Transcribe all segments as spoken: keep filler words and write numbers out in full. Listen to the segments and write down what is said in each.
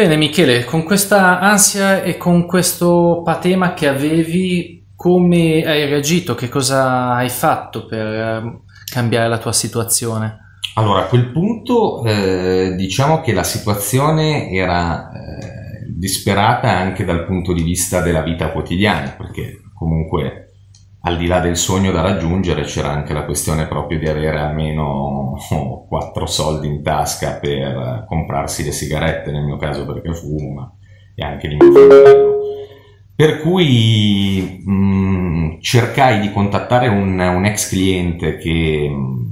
Bene Michele, con questa ansia e con questo patema che avevi, come hai reagito? Che cosa hai fatto per eh, cambiare la tua situazione? Allora, a quel punto eh, diciamo che la situazione era eh, disperata anche dal punto di vista della vita quotidiana, perché comunque al di là del sogno da raggiungere c'era anche la questione proprio di avere almeno oh, quattro soldi in tasca per comprarsi le sigarette, nel mio caso perché fumo, ma e anche di mio fratello. Per cui mh, cercai di contattare un, un ex cliente che mh,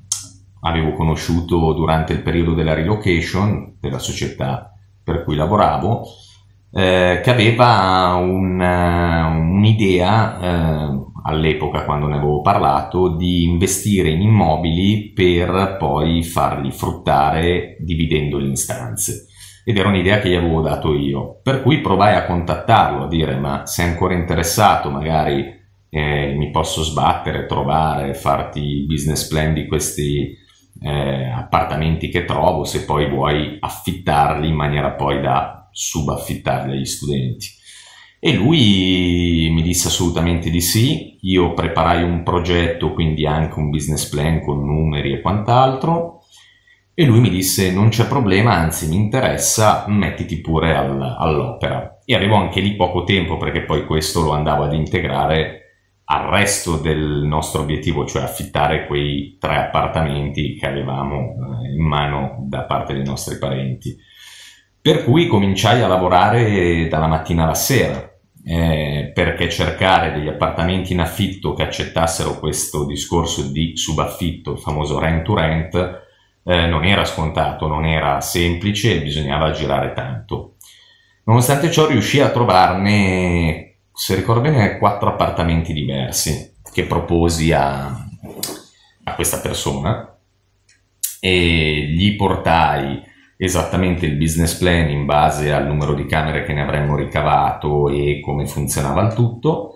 avevo conosciuto durante il periodo della relocation della società per cui lavoravo, eh, che aveva un, uh, un'idea eh, all'epoca, quando ne avevo parlato, di investire in immobili per poi farli fruttare dividendoli in stanze. Ed era un'idea che gli avevo dato io, per cui provai a contattarlo, a dire: ma sei ancora interessato, magari eh, mi posso sbattere, trovare, farti il business plan di questi eh, appartamenti che trovo, se poi vuoi affittarli in maniera poi da subaffittarli agli studenti. E lui mi disse assolutamente di sì. Io preparai un progetto, quindi anche un business plan con numeri e quant'altro, e lui mi disse: non c'è problema, anzi mi interessa, mettiti pure al, all'opera. E avevo anche lì poco tempo, perché poi questo lo andavo ad integrare al resto del nostro obiettivo, cioè affittare quei tre appartamenti che avevamo eh, in mano da parte dei nostri parenti. Per cui cominciai a lavorare dalla mattina alla sera, eh, perché cercare degli appartamenti in affitto che accettassero questo discorso di subaffitto, il famoso rent to rent, eh, non era scontato, non era semplice e bisognava girare tanto. Nonostante ciò riuscii a trovarne, se ricordo bene, quattro appartamenti diversi che proposi a, a questa persona, e gli portai esattamente il business plan in base al numero di camere che ne avremmo ricavato e come funzionava il tutto.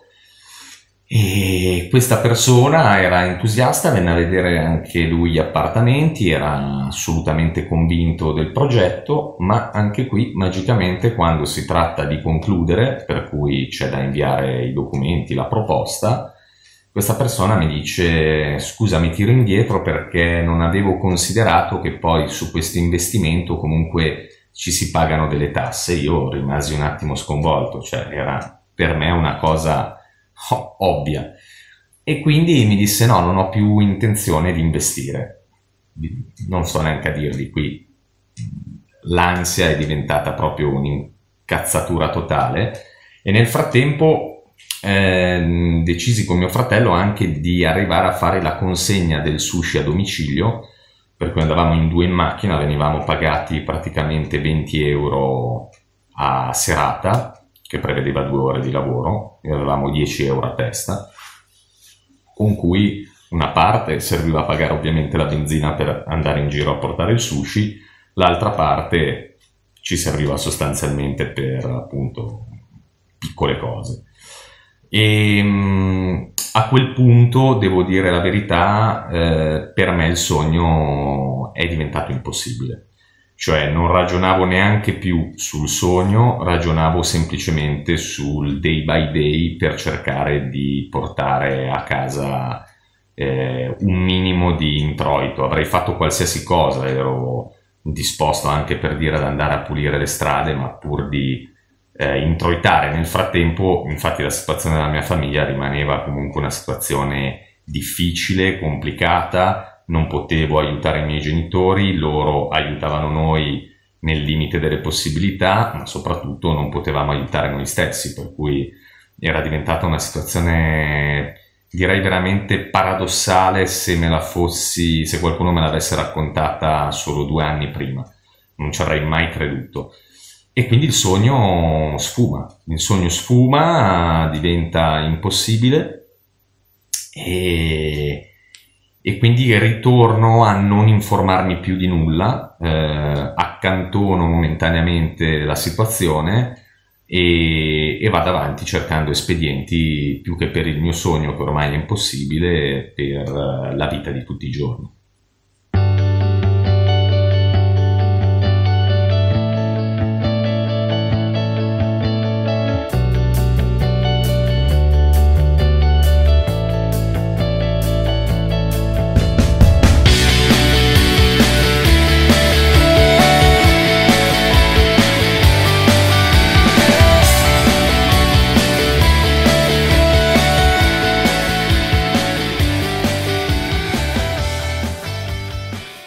E questa persona era entusiasta, venne a vedere anche lui gli appartamenti, era assolutamente convinto del progetto, ma anche qui magicamente, quando si tratta di concludere, per cui c'è da inviare i documenti, la proposta, questa persona mi dice: scusa, mi tiro indietro perché non avevo considerato che poi su questo investimento comunque ci si pagano delle tasse. Io rimasi un attimo sconvolto, cioè era per me una cosa oh, ovvia, e quindi mi disse: no, non ho più intenzione di investire. Non so neanche a dirvi, qui l'ansia è diventata proprio un'incazzatura totale, e nel frattempo eh, decisi con mio fratello anche di arrivare a fare la consegna del sushi a domicilio, per cui andavamo in due in macchina, venivamo pagati praticamente venti euro a serata, che prevedeva due ore di lavoro, e avevamo dieci euro a testa, con cui una parte serviva a pagare ovviamente la benzina per andare in giro a portare il sushi, l'altra parte ci serviva sostanzialmente per appunto piccole cose. E mh, a quel punto, devo dire la verità, eh, per me il sogno è diventato impossibile. Cioè non ragionavo neanche più sul sogno, ragionavo semplicemente sul day by day per cercare di portare a casa eh, un minimo di introito. Avrei fatto qualsiasi cosa, ero disposto anche, per dire, ad andare a pulire le strade, ma pur di eh, introitare. Nel frattempo, infatti, la situazione della mia famiglia rimaneva comunque una situazione difficile, complicata. Non potevo aiutare i miei genitori, loro aiutavano noi nel limite delle possibilità, ma soprattutto non potevamo aiutare noi stessi, per cui era diventata una situazione, direi, veramente paradossale se me la fossi, se qualcuno me l'avesse raccontata solo due anni prima. Non ci avrei mai creduto. E quindi il sogno sfuma, il sogno sfuma, diventa impossibile, e E quindi ritorno a non informarmi più di nulla, eh, accantono momentaneamente la situazione e, e vado avanti cercando espedienti, più che per il mio sogno, che ormai è impossibile, per la vita di tutti i giorni.